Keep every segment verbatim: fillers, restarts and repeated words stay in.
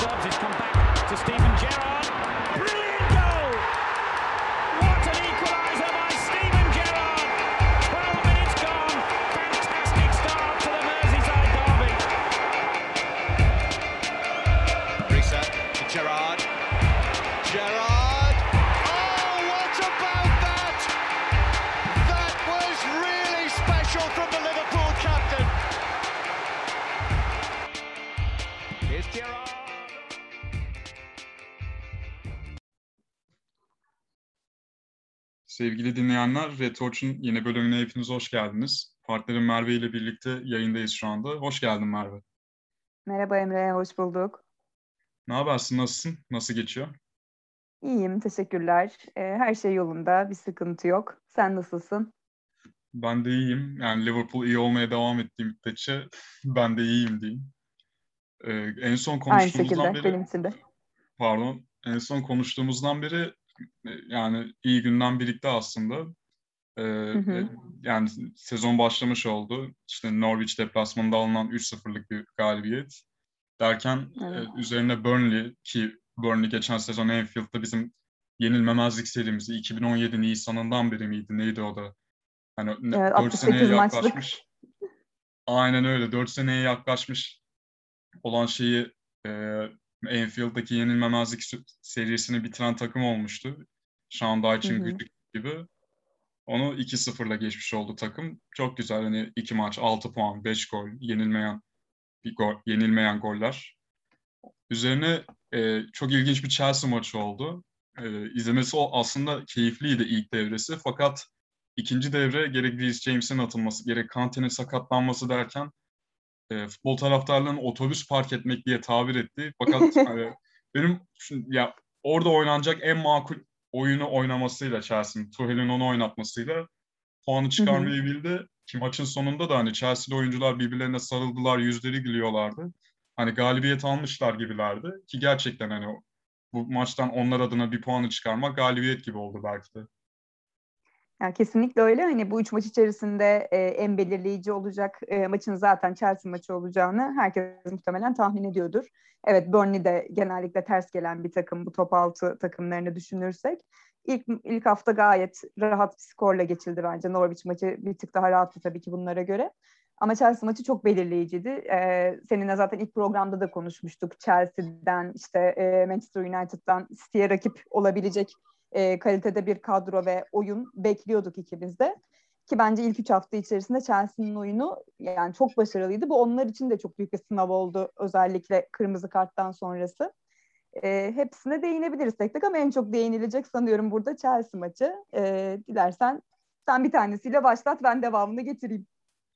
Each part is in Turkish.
subs. It's come back to Steven Gerrard. Brilliant goal! What an equaliser by Steven Gerrard! twelve minutes gone. Fantastic start to the Merseyside derby. Reset to Gerrard. Gerrard! Oh, what about that? That was really special from the Liverpool captain. Here's Gerrard. Sevgili dinleyenler, Red Torch'un yeni bölümüne hepiniz hoş geldiniz. Partnerim Merve ile birlikte yayındayız şu anda. Hoş geldin Merve. Merhaba Emre, hoş bulduk. Ne habersin, nasılsın? Nasıl geçiyor? İyiyim, teşekkürler. Ee, her şey yolunda, bir sıkıntı yok. Sen nasılsın? Ben de iyiyim. Yani Liverpool iyi olmaya devam ettiği müddetçe ben de iyiyim diyeyim. Ee, en son Aynı konuştuğumuzdan şekilde, beri, benim için de. pardon, en son konuştuğumuzdan beri e, yani iyi günden birlikte aslında. Ee, Hı hı. e, yani sezon başlamış oldu. İşte Norwich deplasmanında alınan üç sıfırlık bir galibiyet. Derken Evet. e, üzerine Burnley, ki Burnley geçen sezon Anfield'da bizim yenilmemezlik serimizi iki bin on yedi Nisan'ından beri miydi? Neydi o da? Hani Evet, dört seneye altmış sekiz maçlık. yaklaşmış. Aynen öyle. dört seneye yaklaşmış olan şeyi e, Anfield'daki yenilmemezlik serisini bitiren takım olmuştu. Sean Hı Dyche'in hı. gücü gibi. Onu iki sıfırla geçmiş oldu takım. Çok güzel. Hani iki maç, altı puan, beş gol, yenilmeyen bir gol, yenilmeyen goller. Üzerine e, çok ilginç bir Chelsea maçı oldu. E, izlemesi o aslında keyifliydi ilk devresi. Fakat ikinci devre gerek Reece James'in atılması, gerek Kante'nin sakatlanması derken e, futbol taraftarlarının otobüs park etmek diye tabir ettiği. Fakat e, benim şimdi, ya orada oynanacak en makul oyunu oynamasıyla Chelsea'nin, Tuchel'in onu oynatmasıyla puanı Hı hı. çıkarmayı bildi. Ki maçın sonunda da hani Chelsea'li oyuncular birbirlerine sarıldılar, yüzleri gülüyorlardı. Hani galibiyet almışlar gibilerdi. Ki gerçekten hani bu maçtan onlar adına bir puanı çıkarmak galibiyet gibi oldu belki de. Ya kesinlikle öyle. Hani bu üç maç içerisinde e, en belirleyici olacak e, maçın zaten Chelsea maçı olacağını herkes muhtemelen tahmin ediyordur. Evet, Burnley de genellikle ters gelen bir takım bu top altı takımlarını düşünürsek. İlk, ilk hafta gayet rahat bir skorla geçildi bence. Norwich maçı bir tık daha rahattı tabii ki bunlara göre. Ama Chelsea maçı çok belirleyiciydi. Ee, seninle zaten ilk programda da konuşmuştuk. Chelsea'den, işte e, Manchester United'dan City'ye rakip olabilecek e, kalitede bir kadro ve oyun bekliyorduk ikimiz de. Ki bence ilk üç hafta içerisinde Chelsea'nin oyunu yani çok başarılıydı. Bu onlar için de çok büyük bir sınav oldu. Özellikle kırmızı karttan sonrası. E, hepsine değinebiliriz tek tek ama en çok değinilecek sanıyorum burada Chelsea maçı. E, dilersen sen bir tanesiyle başlat, ben devamını getireyim.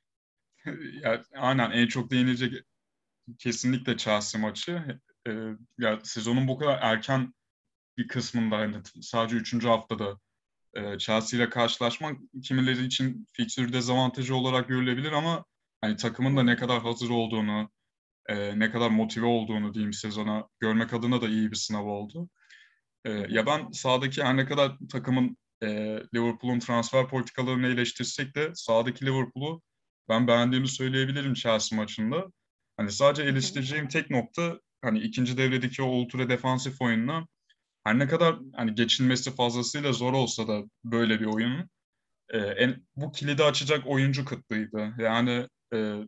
Ya, aynen en çok değinilecek kesinlikle Chelsea maçı. E, ya sezonun bu kadar erken bir kısmında hani sadece üçüncü haftada e, Chelsea ile karşılaşmak kimileri için fikstür dezavantajı olarak görülebilir ama hani takımın da ne kadar hazır olduğunu, e, ne kadar motive olduğunu diyeyim sezona görmek adına da iyi bir sınav oldu. E, ya ben sahadaki her ne kadar takımın e, Liverpool'un transfer politikalarını eleştirsek de sahadaki Liverpool'u ben beğendiğimi söyleyebilirim Chelsea maçında. Hani sadece eleştireceğim tek nokta hani ikinci devredeki o ultra defansif oyununa her ne kadar hani geçilmesi fazlasıyla zor olsa da böyle bir oyunun e, en, bu kilidi açacak oyuncu kıtlığıydı. Yani e,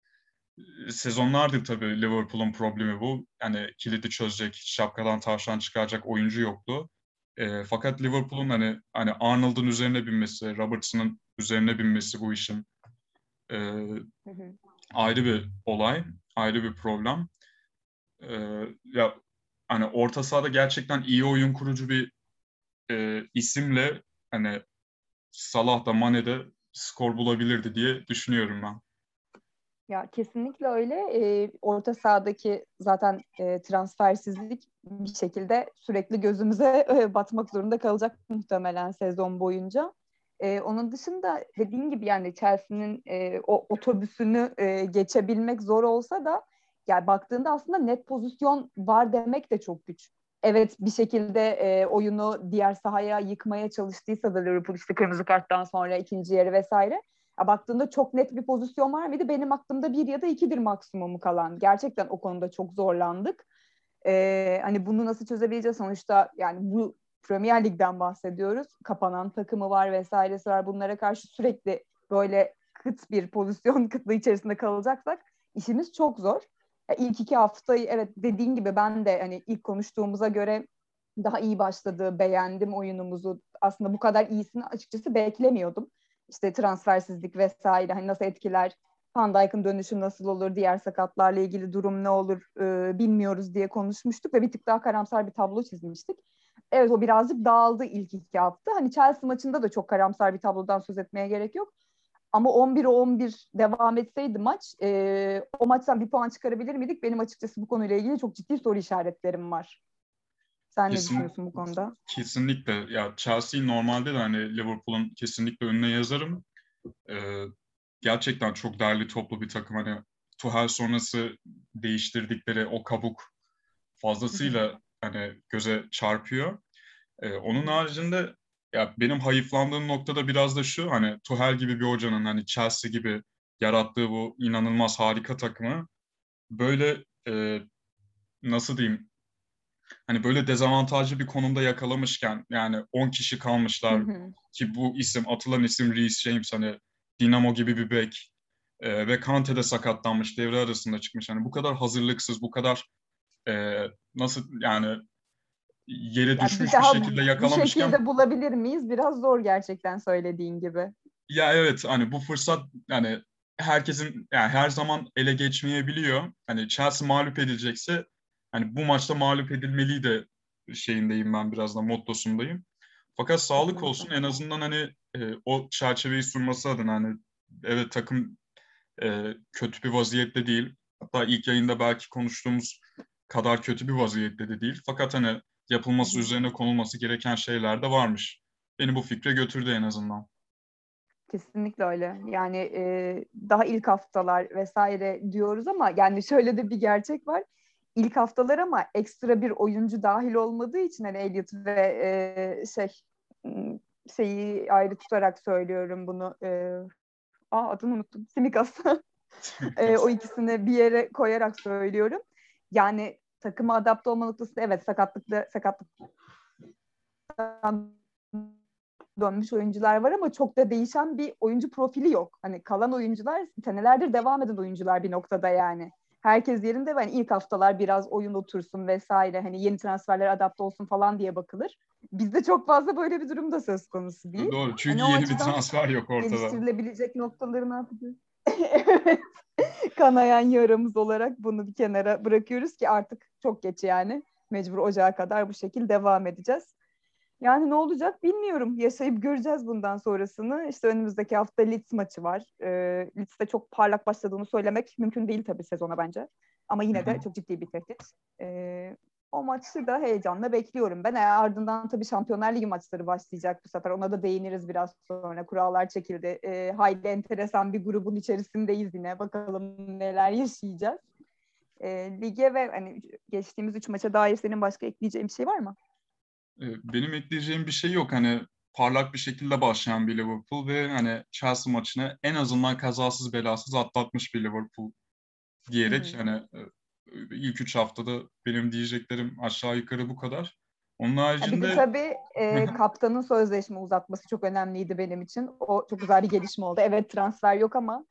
sezonlardır tabii Liverpool'un problemi bu. Yani kilidi çözecek, şapkadan tavşan çıkaracak oyuncu yoktu. E, fakat Liverpool'un hani hani Arnold'un üzerine binmesi, Robertson'ın üzerine binmesi bu işin e, ayrı bir olay, ayrı bir problem. E, ya hani orta sahada gerçekten iyi oyun kurucu bir e, isimle hani Salah da Mane de skor bulabilirdi diye düşünüyorum ben. Ya kesinlikle öyle. Ee, orta sahadaki zaten e, transfersizlik bir şekilde sürekli gözümüze e, batmak zorunda kalacak muhtemelen sezon boyunca. Ee, onun dışında dediğin gibi yani Chelsea'nin e, o otobüsünü e, geçebilmek zor olsa da yani baktığında aslında net pozisyon var demek de çok güç. Evet, bir şekilde e, oyunu diğer sahaya yıkmaya çalıştıysa da Liverpool işte kırmızı karttan sonra ikinci yarı vesaire. Ya baktığında çok net bir pozisyon var mıydı? Benim aklımda bir ya da ikidir maksimumu kalan. Gerçekten o konuda çok zorlandık. Ee, hani bunu nasıl çözebileceğiz? Sonuçta yani bu Premier Lig'den bahsediyoruz. Kapanan takımı var vesairesi var. Bunlara karşı sürekli böyle kıt bir pozisyon kıtlığı içerisinde kalacaksak işimiz çok zor. Ya ilk iki haftayı evet dediğin gibi ben de hani ilk konuştuğumuza göre daha iyi başladı. Beğendim oyunumuzu. Aslında bu kadar iyisini açıkçası beklemiyordum. İşte transfersizlik vesaire hani nasıl etkiler, Van Dijk'ın dönüşü nasıl olur, diğer sakatlarla ilgili durum ne olur e, bilmiyoruz diye konuşmuştuk ve bir tık daha karamsar bir tablo çizmiştik. Evet o birazcık dağıldı ilk iki hafta. Hani Chelsea maçında da çok karamsar bir tablodan söz etmeye gerek yok. Ama on bire on bir devam etseydi maç, e, o maçtan bir puan çıkarabilir miydik? Benim açıkçası bu konuyla ilgili çok ciddi soru işaretlerim var. Sen ne Kesin, düşünüyorsun bu konuda? Kesinlikle. Ya Chelsea'yi normalde de hani Liverpool'un kesinlikle önüne yazarım. Ee, Gerçekten çok değerli toplu bir takım. Hani Tuchel sonrası değiştirdikleri o kabuk fazlasıyla hani göze çarpıyor. Ee, onun haricinde ya benim hayıflandığım noktada biraz da şu hani Tuchel gibi bir hocanın hani Chelsea gibi yarattığı bu inanılmaz harika takımı böyle e, nasıl diyeyim hani böyle dezavantajlı bir konumda yakalamışken yani on kişi kalmışlar ki bu isim atılan isim Reece James hani Dinamo gibi bir bek e, ve Kante de sakatlanmış devre arasında çıkmış hani bu kadar hazırlıksız bu kadar e, nasıl yani yere Ya bir düşmüş bir daha şekilde bu yakalamışken şekilde bulabilir miyiz? Biraz zor gerçekten söylediğin gibi. ya evet hani bu fırsat yani herkesin yani her zaman ele geçmeyebiliyor. Hani Chelsea mağlup edilecekse hani bu maçta mağlup edilmeliği de şeyindeyim ben biraz da mottosundayım. Fakat sağlık Kesinlikle. olsun en azından hani e, o çerçeveyi sunması adına hani evet takım e, kötü bir vaziyette değil. Hatta ilk yayında belki konuştuğumuz kadar kötü bir vaziyette de değil. Fakat hani yapılması üzerine konulması gereken şeyler de varmış. Beni bu fikre götürdü en azından. Kesinlikle öyle. Yani e, daha ilk haftalar vesaire diyoruz ama yani şöyle de bir gerçek var. İlk haftalar ama ekstra bir oyuncu dahil olmadığı için hani Elliot ve e, şey m, şeyi ayrı tutarak söylüyorum bunu. E, aa adını unuttum. Simikas. E, o ikisini bir yere koyarak söylüyorum. Yani takıma adapte olma noktasında evet sakatlıkta sakatlıktan dönmüş oyuncular var ama çok da değişen bir oyuncu profili yok. Hani kalan oyuncular senelerdir devam eden oyuncular bir noktada yani. Herkes yerinde ve hani ilk haftalar biraz oyun otursun vesaire hani yeni transferler adapte olsun falan diye bakılır. Bizde çok fazla böyle bir durum da söz konusu değil. Doğru. Çünkü Hani o yeni bir açıdan transfer yok ortada. geliştirilebilecek noktaları ne yapacağız? Evet. Kanayan yaramız olarak bunu bir kenara bırakıyoruz ki artık çok geç yani. Mecbur ocağa kadar bu şekilde devam edeceğiz. Yani ne olacak bilmiyorum. Yaşayıp göreceğiz bundan sonrasını. İşte önümüzdeki hafta Leeds maçı var. Ee, Leeds'te çok parlak başladığını söylemek mümkün değil tabii sezona bence. Ama yine de çok ciddi bir tehdit. Ee, o maçı da heyecanla bekliyorum ben. E, ardından tabii Şampiyonlar Ligi maçları başlayacak bu sefer. Ona da değiniriz biraz sonra. Kurallar çekildi. Ee, hayli enteresan bir grubun içerisindeyiz yine. Bakalım neler yaşayacağız. Ee, lige ve hani geçtiğimiz üç maça dair senin başka ekleyeceğin bir şey var mı? Benim ekleyeceğim bir şey yok. Hani parlak bir şekilde başlayan bir Liverpool ve hani Chelsea maçını en azından kazasız belasız atlatmış bir Liverpool Hı diyerek hı. hani ilk üç haftada benim diyeceklerim aşağı yukarı bu kadar. Onun Ya bir de haricinde tabii e, kaptanın sözleşme uzatması çok önemliydi benim için. O çok güzel bir gelişme oldu. Evet transfer yok ama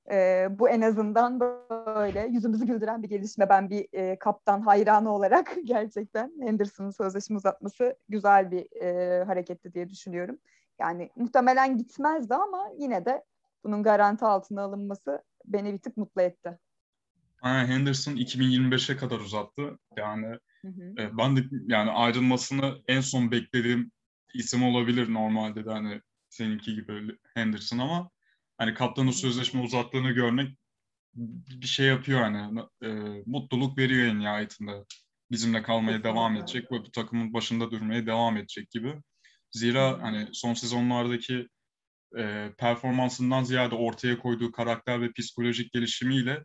e, bu en azından böyle yüzümüzü güldüren bir gelişme. Ben bir e, kaptan hayranı olarak gerçekten Henderson'ın sözleşme uzatması güzel bir e, hareketti diye düşünüyorum. Yani muhtemelen gitmezdi ama yine de bunun garanti altına alınması beni bir tık mutlu etti. Henderson iki bin yirmi beşe kadar uzattı. Yani Hı hı. e, ben de yani ayrılmasını en son beklediğim isim olabilir normalde de hani seninki gibi Henderson ama hani Hı kaptanın hı. sözleşme uzattığını görmek bir şey yapıyor hani e, mutluluk veriyor en nihayetinde. Bizimle kalmaya devam Kesinlikle edecek öyle. ve bu takımın başında durmaya devam edecek gibi. Hı Zira hı. hani son sezonlardaki e, performansından ziyade ortaya koyduğu karakter ve psikolojik gelişimiyle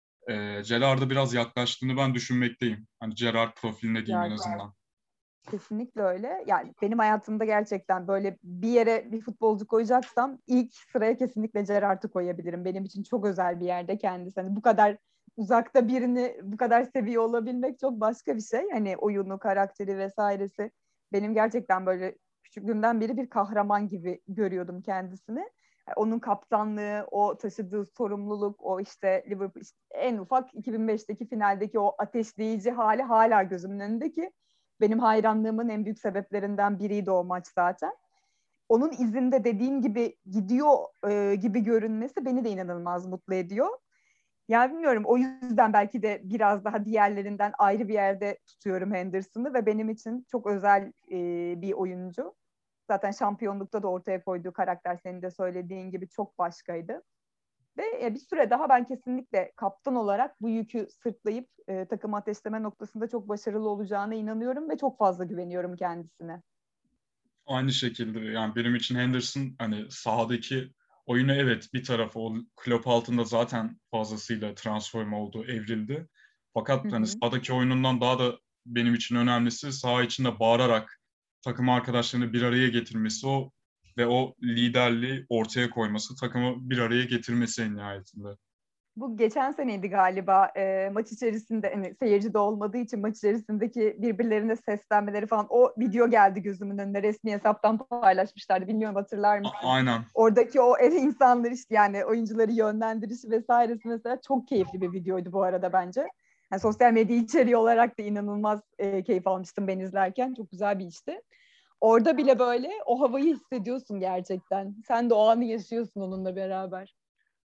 e, Gerrard'a biraz yaklaştığını ben düşünmekteyim. Hani Gerrard profiline diyeyim en Ya azından. kesinlikle öyle. Yani benim hayatımda gerçekten böyle bir yere bir futbolcu koyacaksam ilk sıraya kesinlikle Gerrard'ı koyabilirim. Benim için çok özel bir yerde kendisi. Hani bu kadar uzakta birini bu kadar seviyor olabilmek çok başka bir şey. Hani oyunu, karakteri vesairesi. Benim gerçekten böyle küçüklüğümden beri bir kahraman gibi görüyordum kendisini. Onun kaptanlığı, o taşıdığı sorumluluk, o işte Liverpool işte en ufak iki bin beşteki finaldeki o ateşleyici hali hala gözümün önünde ki benim hayranlığımın en büyük sebeplerinden biriydi o maç zaten. Onun izinde dediğim gibi gidiyor e, gibi görünmesi beni de inanılmaz mutlu ediyor. Yani bilmiyorum, o yüzden belki de biraz daha diğerlerinden ayrı bir yerde tutuyorum Henderson'ı ve benim için çok özel e, bir oyuncu. Zaten şampiyonlukta da ortaya koyduğu karakter senin de söylediğin gibi çok başkaydı. Ve bir süre daha ben kesinlikle kaptan olarak bu yükü sırtlayıp e, takım ateşleme noktasında çok başarılı olacağına inanıyorum ve çok fazla güveniyorum kendisine. Aynı şekilde yani benim için Henderson hani sahadaki oyunu evet bir tarafı o Klopp altında zaten fazlasıyla transform oldu, evrildi. Fakat Hı hani hı. sahadaki oyunundan daha da benim için önemlisi saha içinde bağırarak takım arkadaşlarını bir araya getirmesi o ve o liderliği ortaya koyması, takımı bir araya getirmesi en nihayetinde. Bu geçen seneydi galiba e, maç içerisinde hani seyirci de olmadığı için maç içerisindeki birbirlerine seslenmeleri falan o video geldi gözümün önüne, resmi hesaptan paylaşmışlardı, bilmiyorum hatırlar A- mısın? aynen. Oradaki o insanlar işte yani oyuncuları yönlendirişi vesairesi mesela çok keyifli bir videoydu bu arada bence. Yani sosyal medya içeriği olarak da inanılmaz e, keyif almıştım ben izlerken, çok güzel bir işti. Orada bile böyle o havayı hissediyorsun gerçekten. Sen de o anı yaşıyorsun onunla beraber.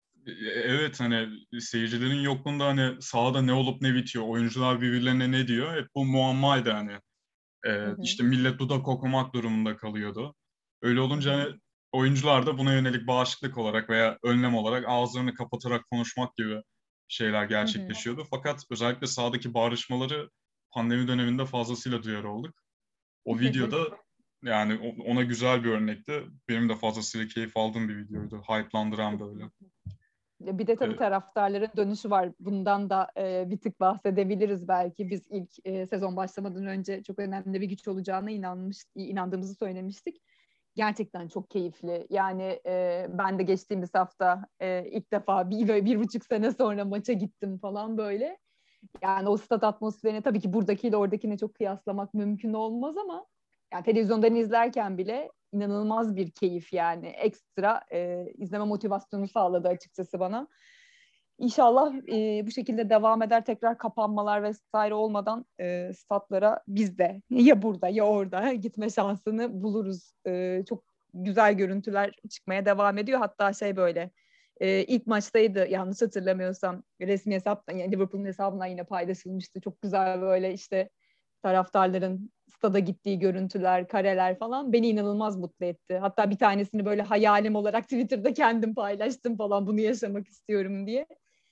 Evet hani seyircilerin yokluğunda hani sahada ne olup ne bitiyor, oyuncular birbirlerine ne diyor hep bu muammaydı hani. Hı Ee, hı. işte millet dudak okumak durumunda kalıyordu. Öyle Hı olunca hı. hani oyuncular da buna yönelik bağışıklık olarak veya önlem olarak ağızlarını kapatarak konuşmak gibi şeyler Hı hı. gerçekleşiyordu. Fakat özellikle sahadaki bağırışmaları pandemi döneminde fazlasıyla duyar olduk. O videoda yani ona güzel bir örnekti. Benim de fazlasıyla keyif aldığım bir videoydu. Hype'landıran böyle. Bir de tabii Ee, taraftarların dönüşü var. Bundan da e, bir tık bahsedebiliriz belki. Biz ilk e, sezon başlamadan önce çok önemli bir güç olacağına inanmış, inandığımızı söylemiştik. Gerçekten çok keyifli. Yani e, ben de geçtiğimiz hafta e, ilk defa bir, böyle bir buçuk sene sonra maça gittim falan böyle. Yani o stat atmosferini tabii ki buradakiyle oradakini çok kıyaslamak mümkün olmaz ama yani televizyondan izlerken bile inanılmaz bir keyif, yani ekstra e, izleme motivasyonu sağladı açıkçası bana. İnşallah e, bu şekilde devam eder, tekrar kapanmalar vesaire olmadan e, statlara biz de ya burada ya orada gitme şansını buluruz. E, çok güzel görüntüler çıkmaya devam ediyor. Hatta şey böyle e, ilk maçtaydı yanlış hatırlamıyorsam, resmi hesaptan yani Liverpool'un hesabından yine paylaşılmıştı. Çok güzel böyle işte taraftarların stada gittiği görüntüler, kareler falan beni inanılmaz mutlu etti. Hatta bir tanesini böyle hayalim olarak Twitter'da kendim paylaştım falan, bunu yaşamak istiyorum diye.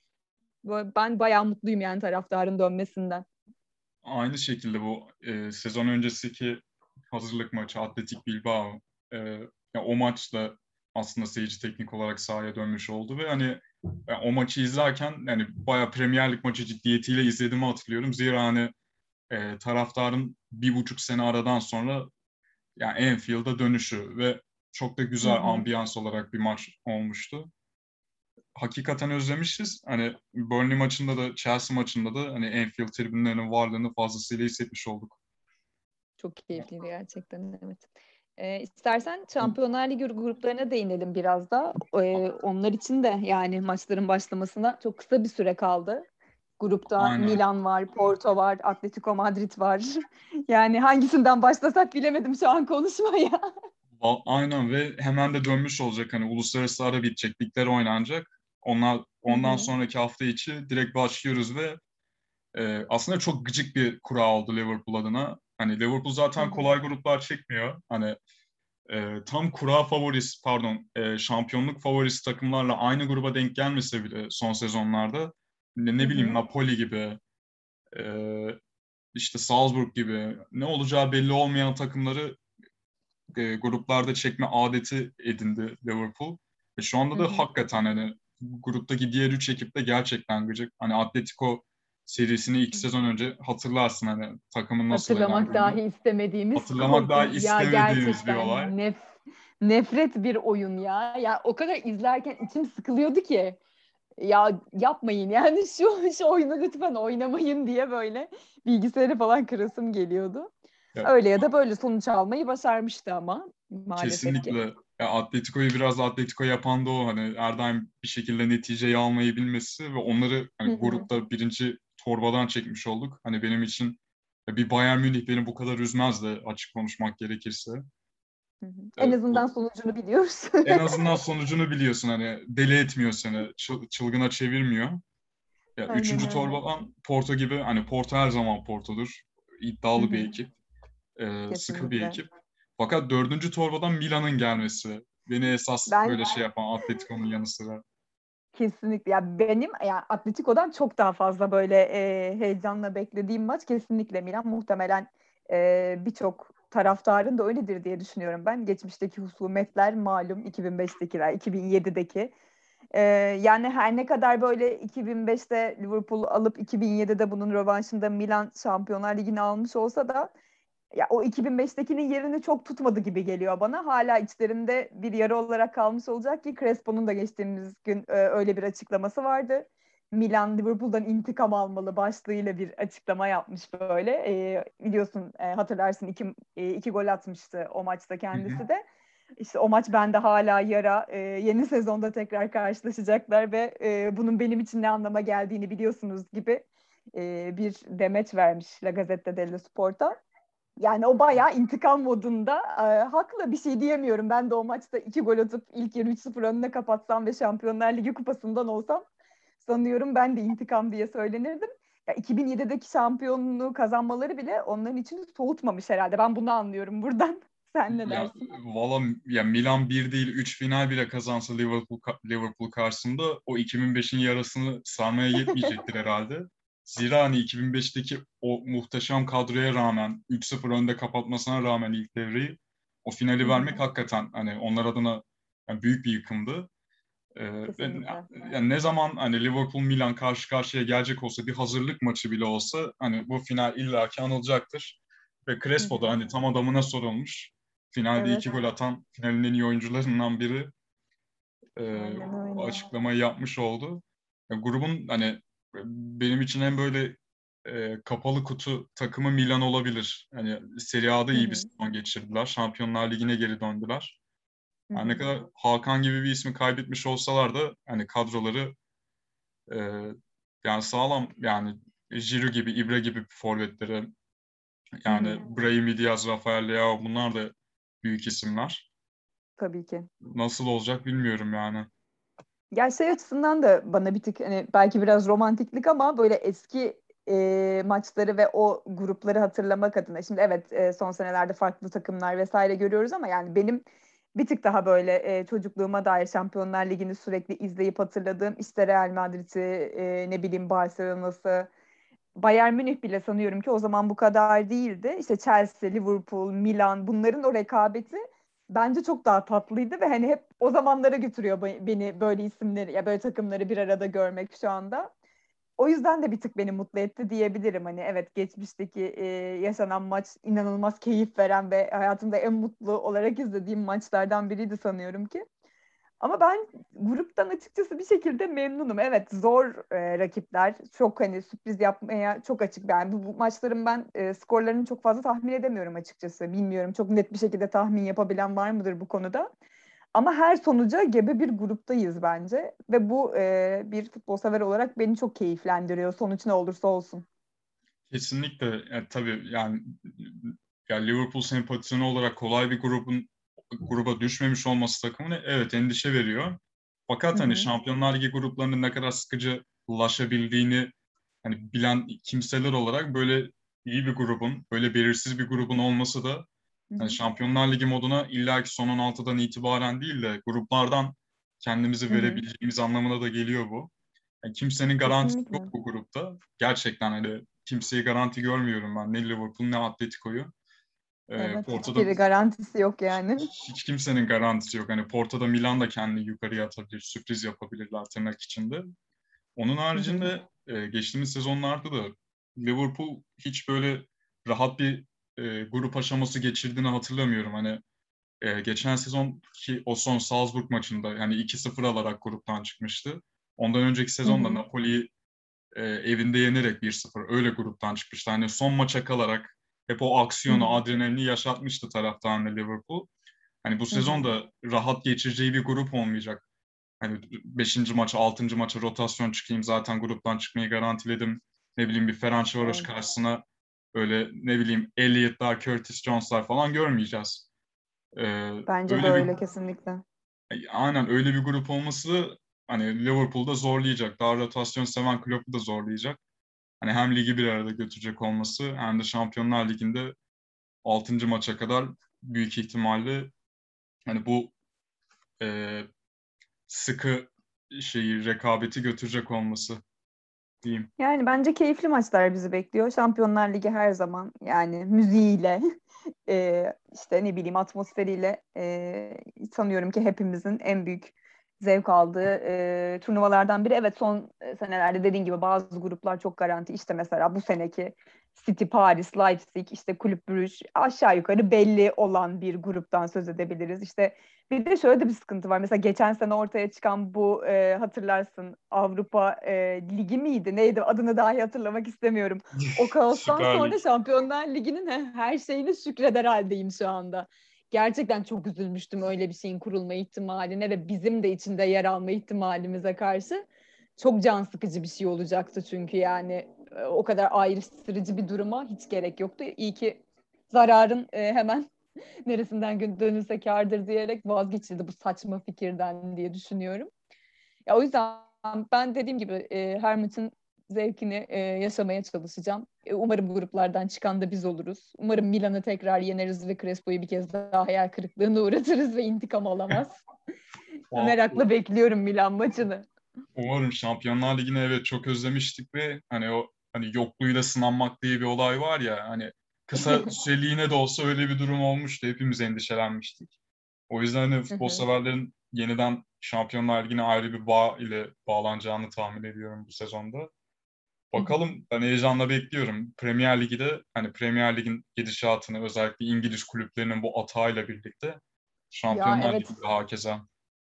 Ben bayağı mutluyum yani taraftarın dönmesinden. Aynı şekilde bu e, sezon öncesiki hazırlık maçı Atletik Bilbao e, ya o maçla aslında seyirci teknik olarak sahaya dönmüş oldu ve hani ben o maçı izlerken yani bayağı Premier Lig maçı ciddiyetiyle izlediğimi hatırlıyorum. Zira hani e, taraftarın bir buçuk sene aradan sonra yani Anfield'a dönüşü ve çok da Hı güzel hı. ambiyans olarak bir maç olmuştu. Hakikaten özlemişiz. Hani Burnley maçında da Chelsea maçında da hani Anfield tribünlerinin varlığını fazlasıyla hissetmiş olduk. Çok keyifliydi gerçekten, evet. Ee, istersen Şampiyonlar Ligi gruplarına değinelim biraz da. Ee, onlar için de yani maçların başlamasına çok kısa bir süre kaldı. Grupta Aynen. Milan var, Porto var, Atletico Madrid var. Yani hangisinden başlasak bilemedim şu an konuşmaya. A- Aynen ve hemen de dönmüş olacak. Hani uluslararası ara bitecek, ligler oynanacak. Onlar Hı ondan hı. sonraki hafta içi direkt başlıyoruz ve e, aslında çok gıcık bir kura oldu Liverpool adına. Hani Liverpool Hı zaten hı. kolay gruplar çekmiyor. Hani e, tam kura favorisi, pardon, e, şampiyonluk favorisi takımlarla aynı gruba denk gelmese bile son sezonlarda ne, Hı ne bileyim hı. Napoli gibi, e, işte Salzburg gibi ne olacağı belli olmayan takımları e, gruplarda çekme adeti edindi Liverpool. Ve şu anda Hı da hı. hakikaten hani gruptaki diğer üç ekip de gerçekten gıcık. Hani Atletico serisini iki sezon önce hatırlarsın hani takımın nasıl Hatırlamak elendiğini. dahi istemediğimiz Hatırlamak daha korkunç ya, istemediğimiz bir olay. gerçekten nef nefret bir oyun ya. Ya o kadar izlerken içim sıkılıyordu ki. ya yapmayın yani şu, şu oyunu lütfen oynamayın diye böyle bilgisayarı falan kırasım geliyordu. Ya, Öyle ya da böyle sonuç almayı başarmıştı ama maalesef ki. kesinlikle. Ya Atletico'yu biraz Atletico yapan da o. Hani her daim bir şekilde neticeyi almayı bilmesi ve onları Hı hani hı. grupta birinci torbadan çekmiş olduk. Hani benim için bir Bayern Münih beni bu kadar üzmezdi, açık konuşmak gerekirse. Hı hı. En Evet, azından bu, sonucunu biliyoruz. en azından sonucunu biliyorsun, hani deli etmiyor seni, çıl- çılgına çevirmiyor. Ya Aynen üçüncü öyle. torbadan Porto gibi, hani Porto her zaman Porto'dur. Hı İddialı bir hı. ekip, e, sıkı bir Kesinlikle. ekip. Fakat dördüncü torbadan Milan'ın gelmesi beni esas Ben böyle şey yapan, Atletico'nun yanı sıra. kesinlikle ya benim ya Atletico'dan çok daha fazla böyle e, heyecanla beklediğim maç kesinlikle Milan. Muhtemelen e, birçok taraftarın da öyledir diye düşünüyorum ben. Geçmişteki husumetler malum iki bin beştekiler, iki bin yedideki. E, Yani her ne kadar böyle iki bin beşte Liverpool alıp iki bin yedide bunun rövanşında Milan Şampiyonlar Ligi'ni almış olsa da ya o iki bin beştekinin yerini çok tutmadı gibi geliyor bana. Hala içlerinde bir yara olarak kalmış olacak ki Crespo'nun da geçtiğimiz gün e, öyle bir açıklaması vardı. Milan Liverpool'dan intikam almalı başlığıyla bir açıklama yapmış böyle. E, biliyorsun e, hatırlarsın iki, e, iki gol atmıştı o maçta Hı hı. kendisi de. İşte o maç bende hala yara. E, yeni sezonda tekrar karşılaşacaklar ve e, bunun benim için ne anlama geldiğini biliyorsunuz gibi e, bir demeç vermiş La Gazzetta dello Sport'a. Yani o bayağı intikam modunda. E, haklı bir şey diyemiyorum. Ben de o maçta iki gol atıp ilk yarı üç sıfır önüne kapatsam ve Şampiyonlar Ligi kupasından olsam sanıyorum ben de intikam diye söylenirdim. Ya iki bin yedideki şampiyonluğu kazanmaları bile onların için soğutmamış herhalde. Ben bunu anlıyorum buradan. Sen ne Ya dersin? valla, ya Milan bir değil üç final bile kazansa Liverpool Liverpool karşısında o iki bin beşin yarasını sarmaya yetmeyecektir herhalde. Zira hani iki bin beşteki o muhteşem kadroya rağmen, üç sıfır önde kapatmasına rağmen ilk devreyi, o finali Hı hı. vermek hakikaten hani onlar adına yani büyük bir yıkımdı. Ee, ve Kesinlikle. yani ne zaman hani Liverpool Milan karşı karşıya gelecek olsa, bir hazırlık maçı bile olsa, hani bu final illaki anılacaktır. Ve Hı Crespo da hı. hani tam adamına sorulmuş. Finalde iki Evet, gol atan, finalin en iyi oyuncularından biri, e, aynen o öyle. açıklamayı yapmış oldu. Ya, grubun hani e, benim için en böyle e, kapalı kutu takımı Milan olabilir. Hani Serie A'da Hı iyi bir hı. sezon geçirdiler. Şampiyonlar Ligi'ne geri döndüler. Hı Yani ne hı. kadar Hakan gibi bir ismi kaybetmiş olsalar da hani kadroları e, yani sağlam, yani Giroud gibi, Ibra gibi forvetleri, Hı yani hı. Brahim Diaz, Rafael Leao, bunlar da büyük isimler. Tabii ki. Nasıl olacak bilmiyorum yani. Ya şey açısından da bana bir tık hani belki biraz romantiklik ama böyle eski e, maçları ve o grupları hatırlamak adına. Şimdi evet e, son senelerde farklı takımlar vesaire görüyoruz ama yani benim bir tık daha böyle e, çocukluğuma dair Şampiyonlar Ligi'ni sürekli izleyip hatırladığım işte Real Madrid'i, e, ne bileyim Barcelona'sı, Bayern Münih bile sanıyorum ki o zaman bu kadar değildi. İşte Chelsea, Liverpool, Milan bunların o rekabeti bence çok daha tatlıydı ve hani hep o zamanlara götürüyor beni böyle isimleri ya böyle takımları bir arada görmek şu anda. O yüzden de bir tık beni mutlu etti diyebilirim. Hani evet geçmişteki e, yaşanan maç inanılmaz keyif veren ve hayatımda en mutlu olarak izlediğim maçlardan biriydi sanıyorum ki. Ama ben gruptan açıkçası bir şekilde memnunum. Evet zor e, rakipler. Çok hani sürpriz yapmaya çok açık. Yani bu, bu maçların ben e, skorlarını çok fazla tahmin edemiyorum açıkçası. Bilmiyorum çok net bir şekilde tahmin yapabilen var mıdır bu konuda? Ama her sonuca gebe bir gruptayız bence. Ve bu e, bir futbol sever olarak beni çok keyiflendiriyor. Sonuç ne olursa olsun. Kesinlikle, yani tabii yani, ya Liverpool sempatizanı olarak kolay bir grubun gruba düşmemiş olması takımını evet endişe veriyor. Hı Fakat hani hı. Şampiyonlar Ligi gruplarının ne kadar sıkıcılaşabildiğini hani bilen kimseler olarak, böyle iyi bir grubun, böyle belirsiz bir grubun olması da Hı hani hı. Şampiyonlar Ligi moduna illaki son on altıdan itibaren değil de gruplardan kendimizi Hı hı. verebileceğimiz anlamına da geliyor bu. Yani kimsenin garantisi yok Kesinlikle. bu grupta. Gerçekten hani kimseyi garanti görmüyorum ben. Ne Liverpool ne Atletico'yu. Ee, Evet Porto'da hiçbir garantisi yok yani. hiç kimsenin garantisi yok. Hani Porto'da Milan da kendini yukarıya atabilir, sürpriz yapabilirler tırnak içinde. Onun Hı hı. haricinde e, geçtiğimiz sezonlarda da Liverpool hiç böyle rahat bir e, grup aşaması geçirdiğini hatırlamıyorum. Hani e, geçen sezon ki o son Salzburg maçında yani iki sıfır alarak gruptan çıkmıştı. Ondan önceki sezonda Hı hı. Napoli'yi e, evinde yenerek bir sıfır öyle gruptan çıkmıştı. Hani son maça kalarak hep o aksiyonu, adrenalini yaşatmıştı taraftarına Liverpool. Hani bu Hı hı. sezon da rahat geçireceği bir grup olmayacak. Hani beşinci maça, altıncı maça rotasyon çıkayım, zaten gruptan çıkmayı garantiledim. Ne bileyim bir Ferencvaros Evet. karşısına öyle ne bileyim Elliott'lar, Curtis Jones'lar falan görmeyeceğiz. Ee, Bence de öyle bir öyle kesinlikle. aynen öyle bir grup olması hani Liverpool'da zorlayacak. Daha rotasyon seven Klopp'u da zorlayacak. Hani hem ligi bir arada götürecek olması hem de Şampiyonlar Ligi'nde altıncı maça kadar büyük ihtimalle hani bu e, sıkı şeyi rekabeti götürecek olması diyeyim. Yani bence keyifli maçlar bizi bekliyor. Şampiyonlar Ligi her zaman yani müziğiyle e, işte ne bileyim atmosferiyle e, sanıyorum ki hepimizin en büyük zevk aldığı e, turnuvalardan biri. Evet, son senelerde dediğin gibi bazı gruplar çok garanti. İşte mesela bu seneki City, Paris, Leipzig, işte Kulüp Brugge aşağı yukarı belli olan bir gruptan söz edebiliriz. İşte bir de şöyle de bir sıkıntı var. Mesela geçen sene ortaya çıkan bu e, hatırlarsın Avrupa e, Ligi miydi? Neydi? Adını dahi hatırlamak istemiyorum. O kaostan Süper Lig. sonra Şampiyonlar Ligi'nin he- her şeyini şükreder haldeyim şu anda. Gerçekten çok üzülmüştüm öyle bir şeyin kurulma ihtimaline ve bizim de içinde yer alma ihtimalimize karşı. Çok can sıkıcı bir şey olacaktı çünkü yani e, o kadar ayrıştırıcı bir duruma hiç gerek yoktu. İyi ki zararın e, hemen neresinden dönülse kârdır diyerek vazgeçildi bu saçma fikirden diye düşünüyorum. Ya o yüzden ben dediğim gibi e, her maçın zevkini e, yaşamaya çalışacağım. E, umarım gruplardan çıkan da biz oluruz. Umarım Milan'ı tekrar yeneriz ve Crespo'yu bir kez daha hayal kırıklığına uğratırız ve intikam alamaz. Merakla bekliyorum Milan maçını. Umarım Şampiyonlar Ligi'ni evet çok özlemiştik ve hani o hani yokluğuyla sınanmak diye bir olay var ya hani kısa süreliğine de olsa öyle bir durum olmuştu. Hepimiz endişelenmiştik. O yüzden de futbol severlerin yeniden Şampiyonlar Ligi'ne ayrı bir bağ ile bağlanacağını tahmin ediyorum bu sezonda. Bakalım, ben heyecanla bekliyorum. Premier Lig'i de hani Premier Lig'in gidişatını özellikle İngiliz kulüplerinin bu atağıyla birlikte Ya Şampiyonlar evet, Ligi'nde hakeza.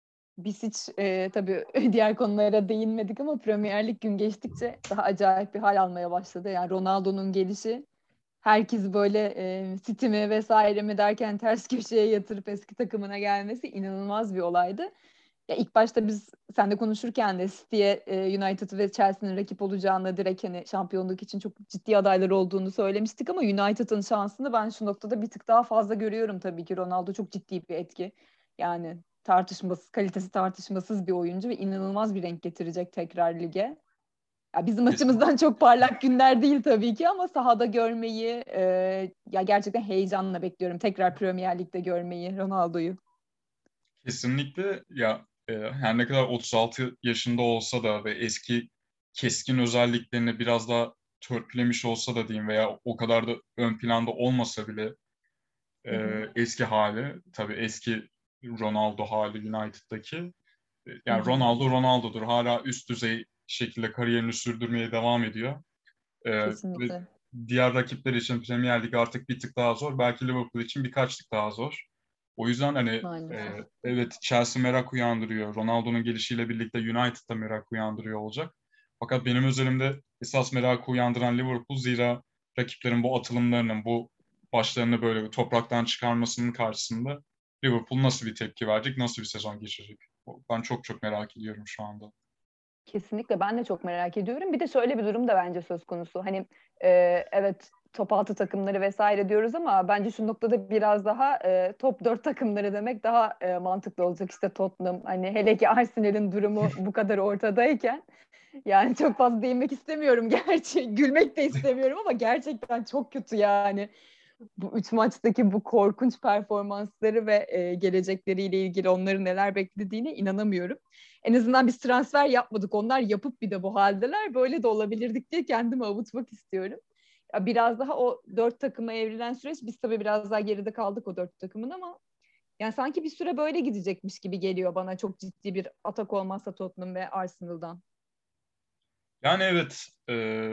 biz hiç e, tabii diğer konulara değinmedik ama Premier Lig gün geçtikçe daha acayip bir hal almaya başladı. Yani Ronaldo'nun gelişi herkes böyle e, City mi vesaire mi derken ters köşeye yatırıp eski takımına gelmesi inanılmaz bir olaydı. Ya ilk başta biz seninle konuşurken de City'ye e, United ve Chelsea'nin rakip olacağını direkt hani şampiyonluk için çok ciddi adaylar olduğunu söylemiştik ama United'ın şansını ben şu noktada bir tık daha fazla görüyorum tabii ki. Ronaldo çok ciddi bir etki. Yani tartışmasız, kalitesi tartışmasız bir oyuncu ve inanılmaz bir renk getirecek tekrar lige. Ya bizim Kesin, açımızdan çok parlak günler değil tabii ki ama sahada görmeyi e, ya gerçekten heyecanla bekliyorum. Tekrar Premier Lig'de görmeyi Ronaldo'yu. kesinlikle ya e, her ne kadar otuz altı yaşında olsa da ve eski keskin özelliklerini biraz daha törpülemiş olsa da diyeyim veya o kadar da ön planda olmasa bile Hı hı. e, eski hali tabii eski Ronaldo hali United'daki e, Hı yani hı. Ronaldo Ronaldo'dur. Hala üst düzey şekilde kariyerini sürdürmeye devam ediyor. Ee, ve Kesinlikle. diğer rakipler için Premier Lig artık bir tık daha zor. Belki Liverpool için birkaç tık daha zor. O yüzden hani e, Maalesef. evet Chelsea merak uyandırıyor. Ronaldo'nun gelişiyle birlikte United da merak uyandırıyor olacak. Fakat benim özelimde esas merakı uyandıran Liverpool, zira rakiplerin bu atılımlarının, bu başlarını böyle topraktan çıkarmasının karşısında Liverpool nasıl bir tepki verecek, nasıl bir sezon geçirecek? Ben çok çok merak ediyorum şu anda. Kesinlikle ben de çok merak ediyorum. Bir de şöyle bir durum da bence söz konusu. Hani e, evet top altı takımları vesaire diyoruz ama bence şu noktada biraz daha e, top dört takımları demek daha e, mantıklı olacak. İşte Tottenham, hani hele ki Arsenal'in durumu bu kadar ortadayken yani çok fazla değinmek istemiyorum gerçi. Gülmek de istemiyorum ama gerçekten çok kötü yani. Bu üç maçtaki bu korkunç performansları ve e, gelecekleriyle ilgili onların neler beklediğine inanamıyorum. En azından biz transfer yapmadık. Onlar yapıp bir de bu haldeler. Böyle de olabilirdik diye kendimi avutmak istiyorum. Ya biraz daha o dört takıma evrilen süreç, biz tabii biraz daha geride kaldık o dört takımın ama yani sanki bir süre böyle gidecekmiş gibi geliyor bana, çok ciddi bir atak olmazsa Tottenham ve Arsenal'dan. Yani evet, e,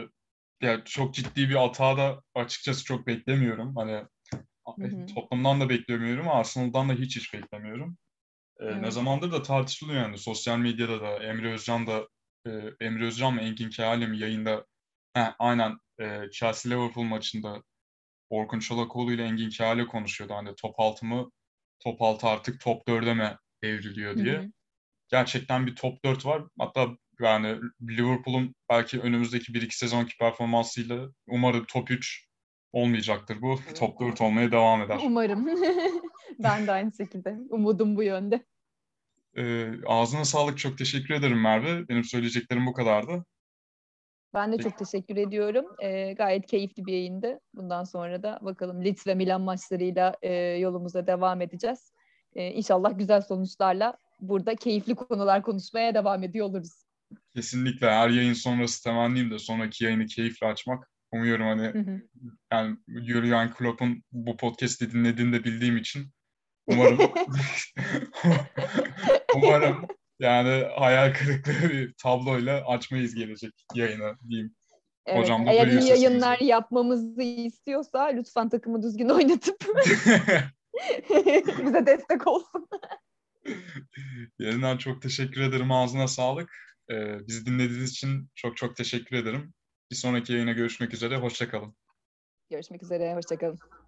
ya çok ciddi bir hata da açıkçası çok beklemiyorum. Hani Hı hı. Tottenham'dan da beklemiyorum, Arsenal'dan da hiç hiç beklemiyorum. E, ne Evet. zamandır da tartışılıyor yani sosyal medyada da Emre Özcan da e, Emre Özcan ve Engin Kehale mi yayında heh, aynen e, Chelsea-Liverpool maçında Orkun Çolakoğlu ile Engin Kehale konuşuyordu. Hani top altı mı, top altı artık top dörde mi evriliyor Hı diye. hı. Gerçekten bir top dört var. Hatta yani Liverpool'un belki önümüzdeki bir iki sezonki performansıyla umarım top üç olmayacaktır bu. Evet. Top dört olmaya devam eder. Umarım. Ben de aynı şekilde. Umudum bu yönde. Ee, ağzına sağlık. Çok teşekkür ederim Merve. Benim söyleyeceklerim bu kadardı. Ben de çok teşekkür ediyorum. Ee, gayet keyifli bir yayındı. Bundan sonra da bakalım Leeds ve Milan maçlarıyla e, yolumuza devam edeceğiz. Ee, İnşallah güzel sonuçlarla burada keyifli konular konuşmaya devam ediyor oluruz. Kesinlikle her yayın sonrası temennim de sonraki yayını keyifle açmak. Umuyorum hani Hı hı. yani Jurgen Klopp'un bu podcast'i dinlediğini de bildiğim için umarım umarım yani hayal kırıklığı bir tabloyla açmayız gelecek yayını diyeyim. Evet, Hocam da eğer duyuyor iyi sesimizi. yayınlar yapmamızı istiyorsa lütfen takımı düzgün oynatıp bize destek olsun. Yeniden çok teşekkür ederim. Ağzına sağlık. Ee, bizi dinlediğiniz için çok çok teşekkür ederim. Bir sonraki yayına görüşmek üzere. Hoşça kalın. Görüşmek üzere, hoşça kalın.